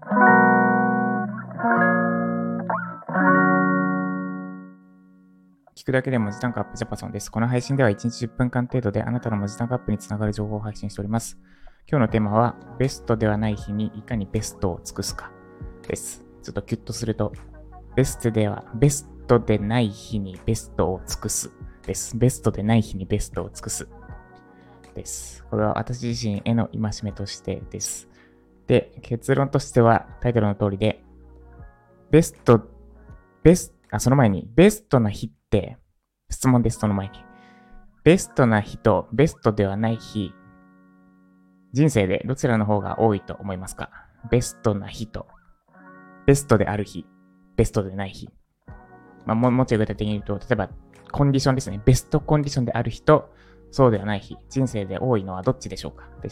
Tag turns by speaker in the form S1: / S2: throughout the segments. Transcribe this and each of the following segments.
S1: 聞くだけで文字単価アップジャパソンです。この配信では1日10分間程度であなたの文字単価アップにつながる情報を配信しております。今日のテーマはベストではない日にいかにベストを尽くすかです。ちょっとキュッとするとベストでない日にベストを尽くすです。ベストでない日にベストを尽くすです。これは私自身への戒めとしてです。で、結論としてはタイトルの通りでその前にベストな日って質問です。その前にベストな日とベストではない日、人生でどちらの方が多いと思いますか？ベストな日とベストである日、ベストでない日。もうちょい具体的に言うと、例えばコンディションですね。ベストコンディションである日とそうではない日、人生で多いのはどっちでしょうかです。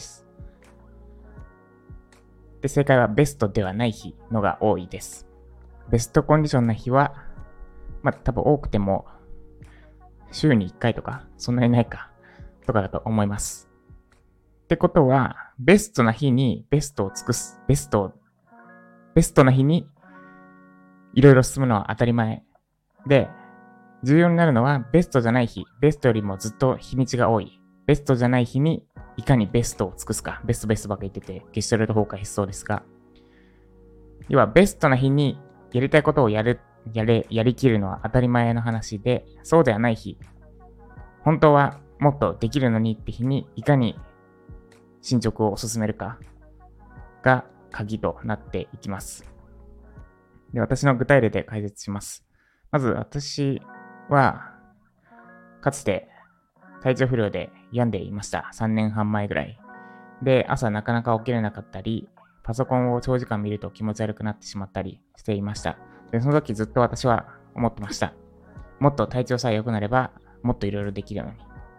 S1: で、正解はベストではない日のが多いです。ベストコンディションな日は多分多くても週に1回とかそんなにないかとかだと思います。ってことはベストな日にベストを尽くす、ベストな日にいろいろ進むのは当たり前で、重要になるのはベストじゃない日、ベストよりもずっと日にちが多いベストじゃない日にいかにベストを尽くすか。ベストばっか言っててゲシュタルト崩壊しそうですが、要はベストな日にやりたいことをやりきるのは当たり前の話で、そうではない日、本当はもっとできるのにって日にいかに進捗を進めるかが鍵となっていきます。で、私の具体例で解説します。まず私はかつて体調不良で病んでいました。3年半前ぐらいで、朝なかなか起きれなかったり、パソコンを長時間見ると気持ち悪くなってしまったりしていました。で、その時ずっと私は思ってました。もっと体調さえ良くなればもっといろいろできるのに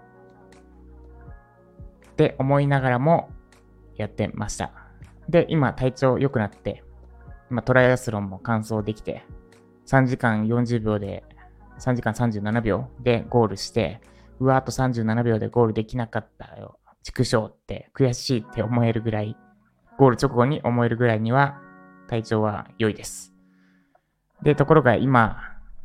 S1: って思いながらもやってました。で、今体調良くなって、トライアスロンも完走できて、3時間37秒でゴールして、あと37秒でゴールできなかったよ、畜生って悔しいって思えるぐらい、ゴール直後に思えるぐらいには体調は良いです。で、ところが今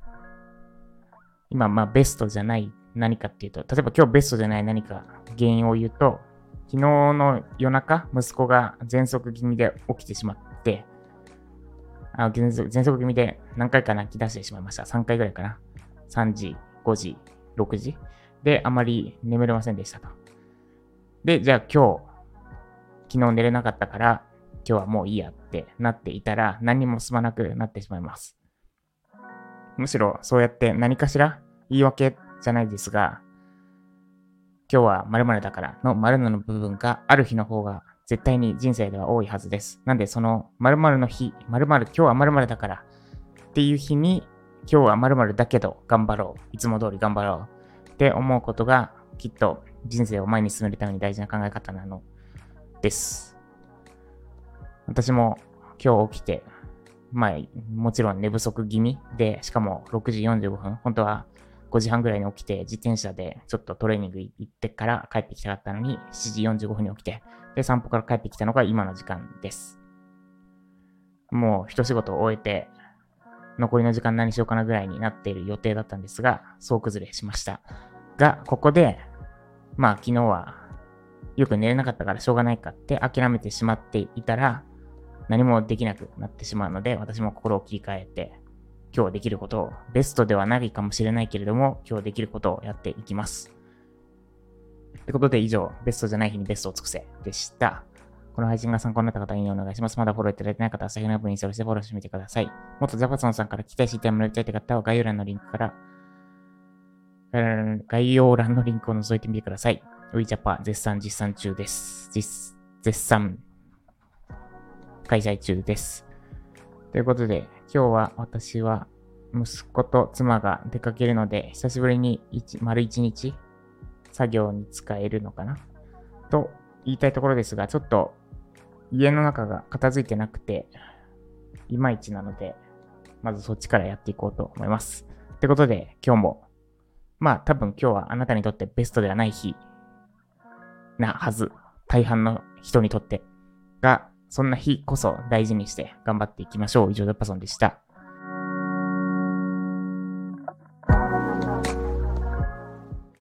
S1: ベストじゃない何かっていうと、例えば今日ベストじゃない何か原因を言うと、昨日の夜中、息子が喘息気味で起きてしまって、喘息気味で何回か泣き出してしまいました。3回ぐらいかな。3時、5時、6時であまり眠れませんでしたと。で、じゃあ昨日寝れなかったから今日はもういいやってなっていたら何も進まなくなってしまいます。むしろそうやって何かしら言い訳じゃないですが、今日は〇〇だからの〇〇の部分がある日の方が絶対に人生では多いはずです。なんでその〇〇の日、今日は〇〇だからっていう日に今日は〇〇だけど頑張ろう。いつも通り頑張ろうって思うことがきっと人生を前に進めるために大事な考え方なのです。私も今日起きて、もちろん寝不足気味で、しかも6時45分、本当は5時半ぐらいに起きて、自転車でちょっとトレーニング行ってから帰ってきたかったのに、7時45分に起きて、で、散歩から帰ってきたのが今の時間です。もう一仕事終えて、残りの時間何しようかなぐらいになっている予定だったんですが、総崩れしました。が、ここで、昨日はよく寝れなかったからしょうがないかって諦めてしまっていたら、何もできなくなってしまうので、私も心を切り替えて、今日できることを、ベストではないかもしれないけれども、今日できることをやっていきます。ってことで以上、ベストじゃない日にベストを尽くせでした。この配信が参考になった方にお願いします。まだフォローいただいてない方は、先のアップにそれしてフォローしてみてください。もっとジャパソンさんから聞きたい知りたいもらいたいって方は、概要欄のリンクを覗いてみてください。ウィジャパ絶賛実践中です。絶賛開催中です。ということで、今日は私は息子と妻が出かけるので、久しぶりに丸1日作業に使えるのかなと言いたいところですが、ちょっと家の中が片付いてなくて、いまいちなので、まずそっちからやっていこうと思います。ということで、今日も、多分今日はあなたにとってベストではない日なはず。大半の人にとってが、 そんな日こそ大事にして頑張っていきましょう。以上、ダッパソンでした。